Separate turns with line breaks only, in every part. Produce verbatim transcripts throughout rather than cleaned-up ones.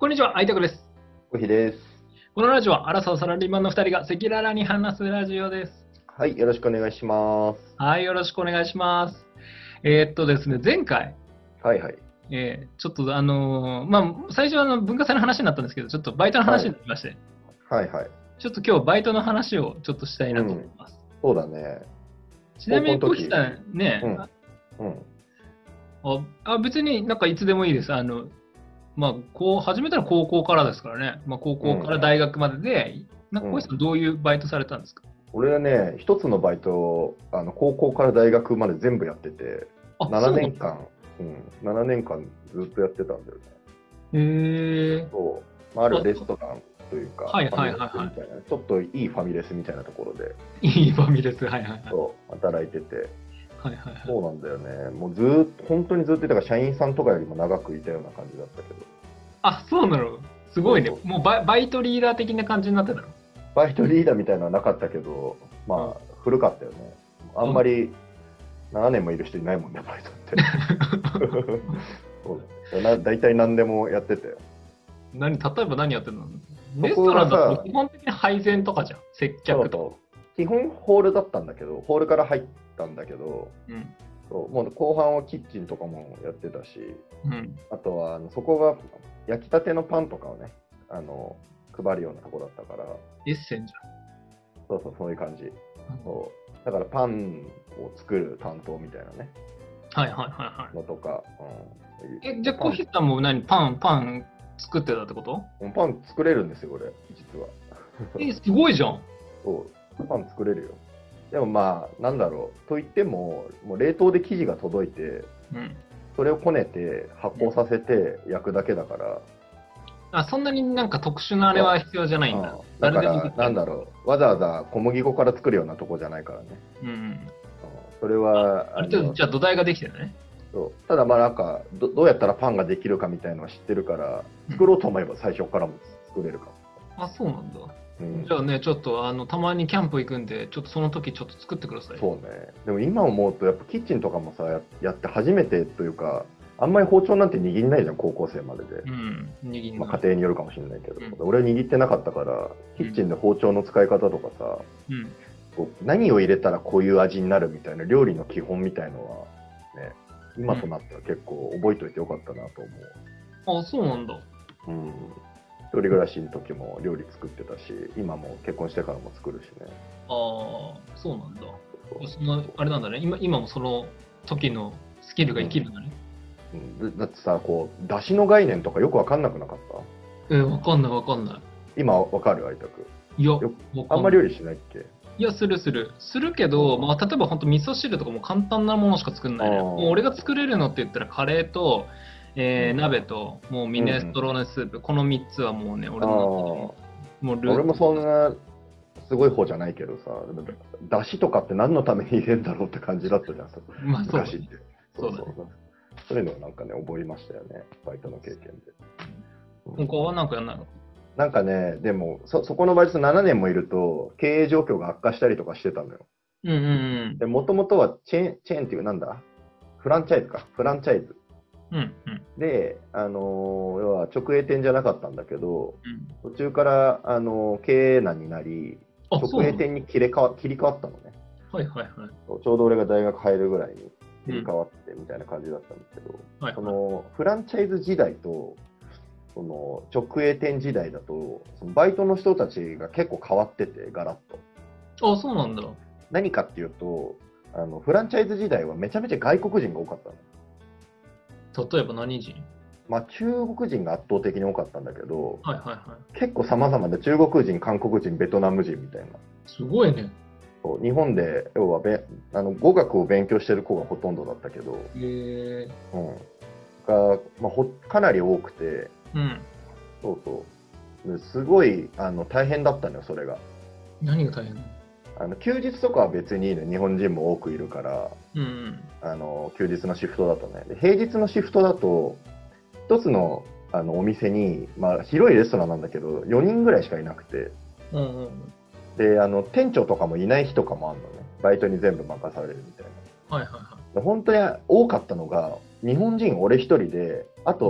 こんにちは、あいたくです。
コヒです。
このラジオは、アラサーサラリーマンのふたりが赤裸々に話すラジオです。
はい、よろしくお願いします。
はい、よろしくお願いします。えーっとですね、前回、
はいはい。
えーちょっとあのーまあ、最初はあの文化祭の話になったんですけど、ちょっとバイトの話に
はい。
なりまして、
はいはい。
ちょっと今日バイトの話をちょっとしたいなと思い
うん。
ます。
そうだね。高
ちなみに、コヒ
校の時。
さんね、
うん。うん。
あ、あ別になんかいつでもいいです。あの、まあ、こう、始めたら高校からですからね。まあ、高校から
うん。
大学までで、なんか、小石
うん。
さんどういうバイトされたんですか？
俺はね、一つのバイトを、あの、高校から大学まで全部やってて、
あ、
7
そうなの？
年間、うん、ななねんかんずっとやってたんだよね。
へえ。
そう。まあ、ある
あ、
レストランというか、
はい
ファミレ
はいはいは
スみたいな、ちょっといいファミレスみたいなところで、
い。いいファミレス。はいはいはい。
そう、働いてて、
はいはいはい。
そうなんだよね。もうずーっと、本当にずっといたから、社員さんとかよりも長くいたような感じだったけど。
あ、そうなの？すごいね。
そうそう。
もうバイ、バイトリーダー的な感じになってたの？
バイトリーダーみたいなのはなかったけど、
うん。
まあ、古かったよね。あん
あ
まりななねんもいる人いないもんね、バイトって。そうだな、大体何でもやってたよ。
何、例えば何やってんの？レス
そこ
トランだと
がさ、
基本的に配膳とかじゃん。接客とか。
そうそう、基本ホールだったんだけど、ホールから入ったんだけど、
うん。
そうもう後半はキッチンとかもやってたし、
うん。
あとはあのそこが焼きたてのパンとかをね、あの配るようなとこだったから、
エッセンじ
そうそう、そういう感じ。
ゃん。うん。
そうだからパンを作る担当みたいなね、
はいはいはいは
のとか、
い。え、
うん、
じゃあ
パン、
コヒさんも何パン、パン作ってたってこと？
パン作れるんですよ、俺、実は。
え、すごいじゃん。
そう、パン作れるよ。でもまあ、なんだろう、と言っても、もう冷凍で生地が届いて、
うん。
それをこねて、発酵させて焼くだけだから、
あ、そんなになんか特殊なあれは
そ
必要じゃな
う、う
いんだ。
ん、だ
誰でもで
から、
きる。
なんだろう、わざわざ小麦粉から作るようなとこじゃないからね。
うん。うん。
うん、それは、
ある程度、
あの、
じゃあ土台ができてるね。
そうただまあなんかど、どうやったらパンができるかみたいのは知ってるから、
うん。
作ろうと思えば最初からも作れるかも。
あ、そうなんだ。
うん、
じゃあね、ちょっとあの、たまにキャンプ行くんで、ちょっとその時ちょっと作ってください。
そうね。でも今思うと、やっぱキッチンとかもさ、や、やって初めてというか、あんまり包丁なんて握んないじゃん、高校生までで。
うん。握り
まあ、
ない。
家庭によるかもしれないけど、
うん。
俺握ってなかったから、キ
うん。
ッチンで包丁の使い方とかさ、
うん。
こう何を入れたらこういう味になるみたいな料理の基本みたいのは、ね、今となっては結構覚えておいてよかったなと
あ、そうなんだ。
思う。うん。一人暮らしの時も料理作ってたし、今も結婚してからも作るしね。
ああ、そうなんだ。
そう
その、
そう
あれなんだね。今、今もその時のスキルが
そう。うん。
生きるんだね。
うんだだってさ、こう、出汁の概念とかよくわかんなくなかった？
えー、わかんないわかんな
今わかる愛拓？
い。いや、
よく、
わ
あんま
かんない。
料理しないっけ？
いや、するする。するけど、
うん。
まあ、例えば本当味噌汁とかも簡単なものしか作ん
あ
ないのよ。もう俺が
あ。
作れるのって言ったらカレーと、えー、
うん。
鍋と、もうミ
うんうん。
ネストローネスープ、このみっつはもうね、
あ
俺の中でも、
あ。
もうルー
俺もそんなすごい方じゃないけどさ、でもだしとかって何のために入れるんだろうって感じだったじゃん、さ
まあそうだね。
昔って。そうそう。
そうだね。
そういうのをなんかね、覚えましたよね、バイトの経験で。うん、
他はなんかやんないの？
なんかね、でもそ、そこのバイトななねんもいると、経営状況が悪化したりとかしてたのよ。
うんうん
で、もともとはチェーン、チェーンっていう、なんだフランチャイズか、フランチャイズ。
うん。うんうん
で、あのー要は直営店じゃなかったんだけど、
うん。
途中から、あのー経営難になり、
あ、そうなの？
直営店に切れ替わ切り替わったのね。
はいはいはい。
ちょうど俺が大学入るぐらいに切り替
うん。
わってみたいな感じだったんですけど、そ
はいはい。
のフランチャイズ時代とその直営店時代だと、そのバイトの人たちが結構変わってて、ガラッと。
あ、そうなんだ。
何かっていうと、あのフランチャイズ時代はめちゃめちゃ外国人が多かったの。
例えば何人？
まあ中国人が圧倒的に多かったんだけど、
はいはいはい。
結構様々で中国人、韓国人、ベトナム人みたいな。
すごいね。
そう日本で要はべあの語学を勉強してる子がほとんどだったけど、
へえ。
うん、が、まあ、ほかなり多くて、
うん。
そうそうですごいあの大変だったのよ、それが。
何が大変なの？
あの休日とかは別にいいの、日本人も多くいるから、
うん。
あの休日のシフトだとね。で平日のシフトだと、一つのあのお店に、まあ、広いレストランなんだけど、よにんぐらいしかいなくて、
うんうんうん。
で、あの店長とかもいない日とかもあるのね、バイトに全部任されるみたいな。
はいはいは
で本当に多かったのが、日本人俺一人で、あと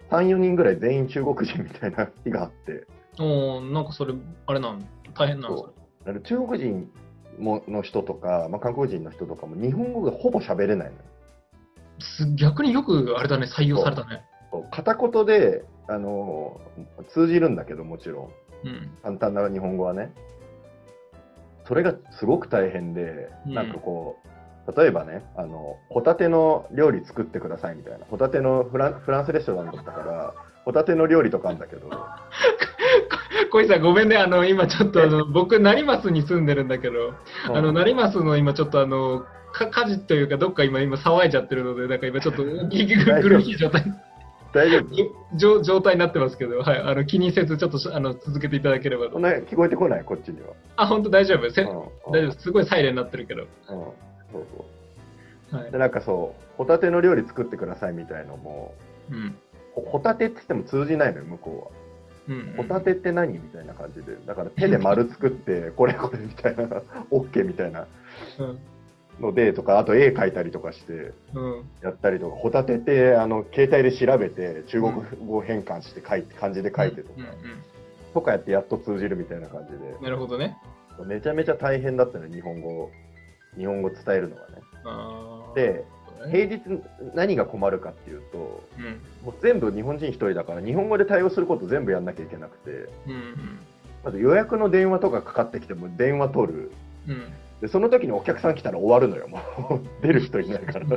さん、よにんぐらい全員中国人みたいな日があって、
おー、なんかそれ、あれなん大変なんですか？
あの中国人もの人とか、まあ、韓国人の人とかも日本語がほぼ喋れないのよ。
す逆によくあれだね、採用されたね。
そう片言で、あのー通じるんだけど、もちろん
うん。
簡単な日本語はね、それがすごく大変で、
うん
なんかこう例えばね、あのホタテの料理作ってくださいみたいな、ホタテのフランフランスレストランだったからホタテの料理とかあるんだけど、
小井さん、ごめんね、あの、今ちょっと、あの、僕、成増に住んでるんだけど、
うん
あの、成増の今ちょっと、あの、か火事というか、どっか今、今騒いじゃってるので、なんか今ちょっと、ギギグルい状態、
大丈夫
状状態になってますけど、はい、あの、気にせず、ちょっとし、あの、続けていただければと。
そんな聞こえてこないこっちには。
あ、本当大丈夫せ、
うんうん
大丈夫すごいサイレンになってるけど。
うんそうそう
はい
で。なんかそうホタテの料理作ってくださいみたいのも、
うん。
ホホタテって言っても通じないのよ向こうは。
うん。
ホタテって何みたいな感じで、だから手で丸作ってこれこれみたいなオッケーみたいな
うん。
のでとか、あと絵描いたりとかして
うん。
やったりとか、ホタテってあの携帯で調べて中国語変換して書いて漢字で書いてとか、
うん。うん。
とかやってやっと通じるみたいな感じ
なるほどね。
で、めちゃめちゃ大変だったね、日本語日本語伝えるのはね。
あー
で、
そうだね
平日何が困るかっていうと、
うん。
もう全部日本人一人だから日本語で対応すること全部やんなきゃいけなくて、
うん。
まず予約の電話とかかかってきても電話取る。
うん。
でその時にお客さん来たら終わるのよ、もう出る人いないから。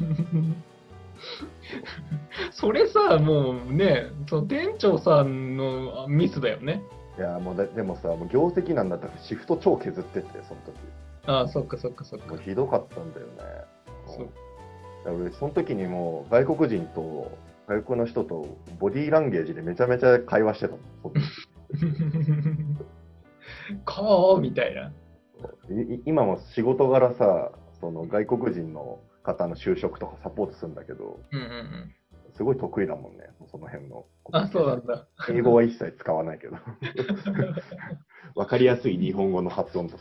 それさ、もうね、その店長さんのミスだよね。
いやもうだでもさ、もう業績なんだったらシフト超削ってって、その時
ああ、そっかそっかそっか
もう。ひどかったんだよね。
そう
だから俺その時にもう外国人と外国の人とボディーランゲージでめちゃめちゃ会話してたもん。その時
こうみたいな。
いい今も仕事柄さ、その外国人の方の就職とかサポートするんだけど、
うんうんうん。
すごい得意だもんね、その辺の。
あ、そうなんだ。
英語は一切使わないけど。わかりやすい日本語の発音とか。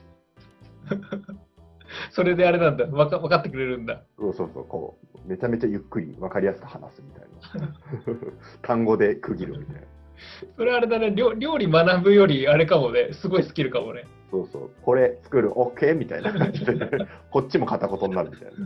それであれなんだ。わか分かってくれるんだ。
そうそうそう、こう、めちゃめちゃゆっくりわかりやすく話すみたいな。単語で区切るみたいな。
それあれだね、料料理学ぶよりあれかもね、すごいスキルかもね。
そうそう、これ作る、OK みたいな感じで、こっちも片言になるみたいな。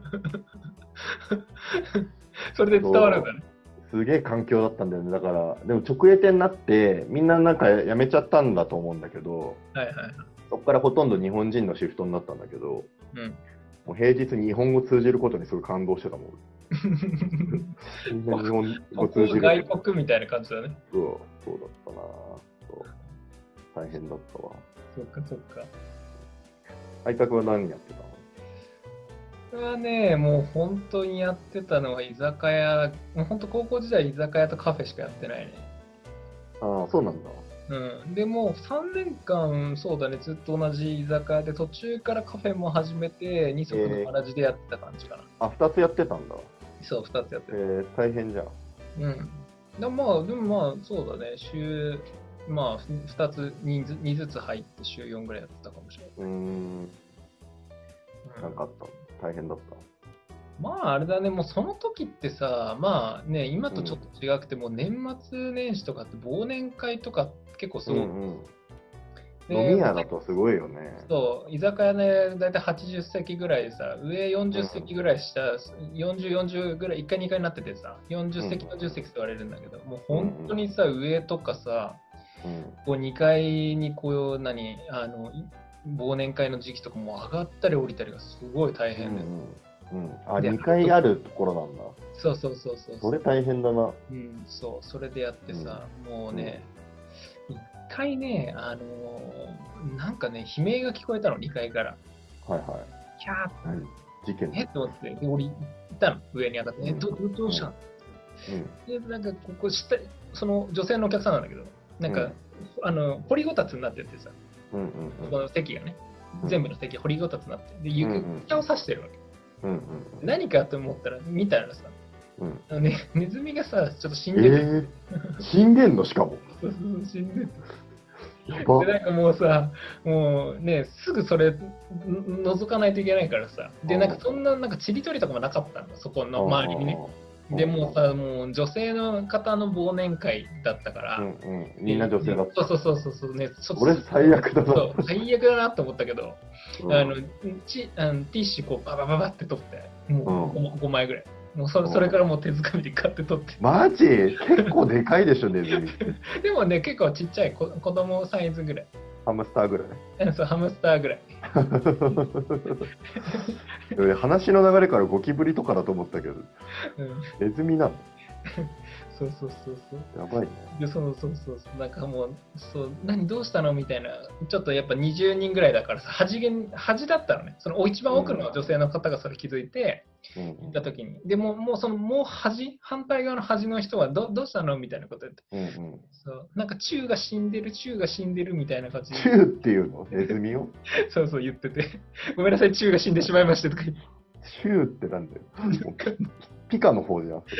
それで伝わるんだね。
すげえ環境だったんだよね。だから、でも直営店になって、みんななんか辞めちゃったんだと思うんだけど、
はいはいはい。
そこからほとんど日本人のシフトになったんだけど、
うん。
もう平日に日本語通じることにすごい感動してたもん。みんな日本語通じる。
外国みたいな感じだね。
そう、そうだったな。そう大変だったわ。
そっかそっか。
相方は何やってたの？
それはね、もう本当にやってたのは居酒屋、もう本当高校時代居酒屋とカフェしかやってないね。
ああ、そうなんだ。
うん。でもうさんねんかん、そうだね、ずっと同じ居酒屋で、途中からカフェも始めて、二足のわらじでやってた感じかな。
あ、二つやってたんだ。
そう、二つやって
え
る。
ー、大変じゃん。
うん。でもまあ、でもまあ、そうだね、週、まあ、二つ、二ず二ずつ入って週よんぐらいやってたかもしれない。
うーん、
うん
なんかあった大変だった。
まああれだね、もうその時ってさ、まあね、今とちょっと違くて、もう年末年始とかって忘年会とか結構すごい。
うんうん、
で
飲み屋だとすごいよね。
そう、居酒屋ね、だいたいはちじゅっせきぐらいでさ、上よんじゅっせきぐらい下、よんじゅう、よんじゅうぐらい、いっかいにかいになっててさ、よんじゅっせき、よんじゅっせきって言われるんだけど、もう本当にさ、上とかさ、
うん
こうにかいにこう、何、あの、忘年会の時期とかも上がったり降りたりがすごい大変で。
うんうんうん、あ、
で
にかいあるところなんだ。
そうそうそうそう。
それ大変だな。
うん、そう、それでやってさ、もうね、一回ね、あのーなんかね、悲鳴が聞こえたの、にかいから。
はいは
キャーって、
い。事件
えっと思って、で、俺行ったの、上に上がって、え、どどどうしたの、
うん
で、なんか、ここ下、その女性のお客さんなんだけど、なんか、
うん
あの、掘りごたつになっててさ、
うんうん
この席がね、
うん
全部の席、掘りごたつになって、で、
うん
床
うん
を刺してるわけ。
うんうん
何かと思ったら、見たらさ、
うん
あのね、ネズミがさ、ちょっと死ん
え
でる。
ー、死んでんのしかも。
そうそうそう死んでる。
やば
で、なんかもうさ、もうね、すぐそれ、ん覗かないといけないからさ、で、なんかそんな、なんかちりとりとかもなかったの、そこの周りにね。 でもうさ、もう女性の方の忘年会だったから、
うんうん、みんな女性だった。
そうそうそうそうね、ちょっと
俺最悪だな。
そう最悪だなって思ったけど、
うん、
あのちあのティッシュこうババババって取って、もう ご, ごまいぐらい。もうそれそれからもう手づかみで買って取って。
マジ結構でかいでしょ、ネズミ。
でもね、結構ちっちゃい子子供サイズぐらい。
ハムスターぐらい。
そう、ハムスターぐらい。
話の流れからゴキブリとかだと思ったけど、
うん、
ネズミなの。
そうそうそうそう。
やばいね。
で、そうそうそうそう。なんかもう、そう、何どうしたのみたいな、ちょっとやっぱにじゅうにんぐらいだからさ、端げ端だったのね。その一番奥の女性の方がそれ気づいて、うん、行った時に。でも、もうその、もう端、反対側の端の人はど、どうしたのみたいなこと言って。うんうん、そう。なんか、チュウが死んでる、チュウが死んでるみたいな感じで。
チュウっていうのネズミを
そうそう言ってて。ごめんなさい、チュウが死んでしまいましたとか言って。
チュウってなんだよ。ピカの方じゃん。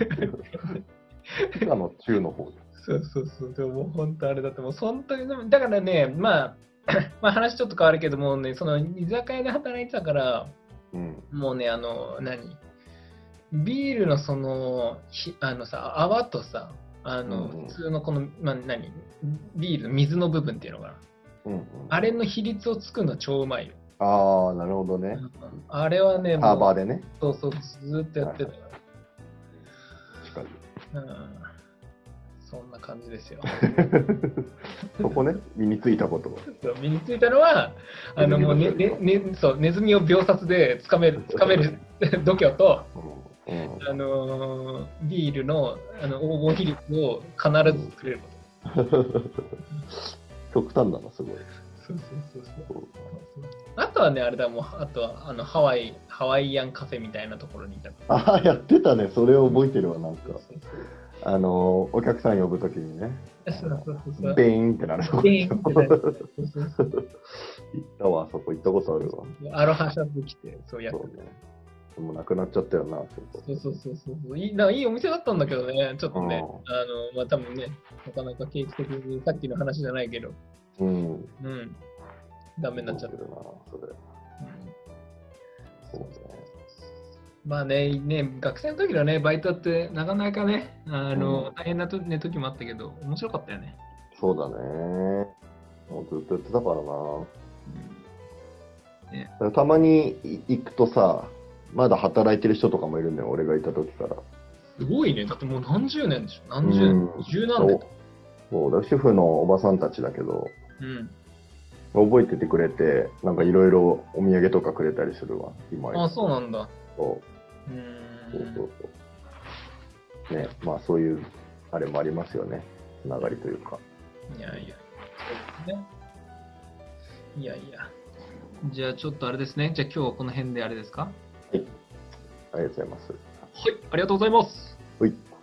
ピカのチュウの方じゃん。
そうそうそう。でも本当あれだってもう本当に、だからね、まあ、まあ話ちょっと変わるけどもね、その居酒屋で働いてたから、うん、もうね、あの、何ビールのその、ひあのさ、泡とさ、あの、うんうん、普通のこの、まあ、何ビールの水の部分っていうのかな。うんうん、あれの比率をつくの超うまいよ。
ああ、なるほどね。
あれはね、
ハーバーでね。
そうそう、ずっとやってた。
確かに。
うん、そんな感じですよ。
そこね、身についたこと
そう身についたのは、あのもうねねねそうネズミを秒殺でつかめるつかめる度胸と、うんうん、あのビールのあの黄金比率を必ず作れること。
極端だな、すごい。
そうそうそうそう。あとはね、あれだもん、あとはあのハワイハワイアンカフェみたいなところにいた。
ああ、やってたね、それを覚えてるわ、なんか。そうそうそうあのお客さん呼ぶときにね、
そうそうそう
ベーンってなるとこ。
ベーンってなる。
行ったわ、そこ行ったことあるわ。
アロハシャツ着て、そうやって。そうね。
でもなくなっちゃったよな、
そうそうそうそういいな。いいお店だったんだけどね、ちょっとね、あの、まあ多分ね、なかなか景気的にさっきの話じゃないけど、うん。うん。ダメになっちゃったな、それ。うん、そうね。まあね、ね、学生の時のね、バイトってなかなかね、あの、うん、大変なと、ね、時もあったけど、面白かったよね。
そうだね。もうずっとやってたからな。うんね、たまに行くとさ、まだ働いてる人とかもいるんだよ、俺がいた時から。
すごいね。だってもう何十年でしょ。何十年、うん、十何年。
そうだ、主婦のおばさんたちだけど、うん、覚えててくれて、なんかいろいろお土産とかくれたりするわ、今。
あ、そうなんだ。
そう。そうそうそう。ね、まあそういうあれもありますよね。つながりというか。
いやいや。そうですね。いやいや。じゃあちょっとあれですね。じゃあ今日はこの辺であれですか？
はい。ありがとうございます。
はい、ありがとうございます。
はい。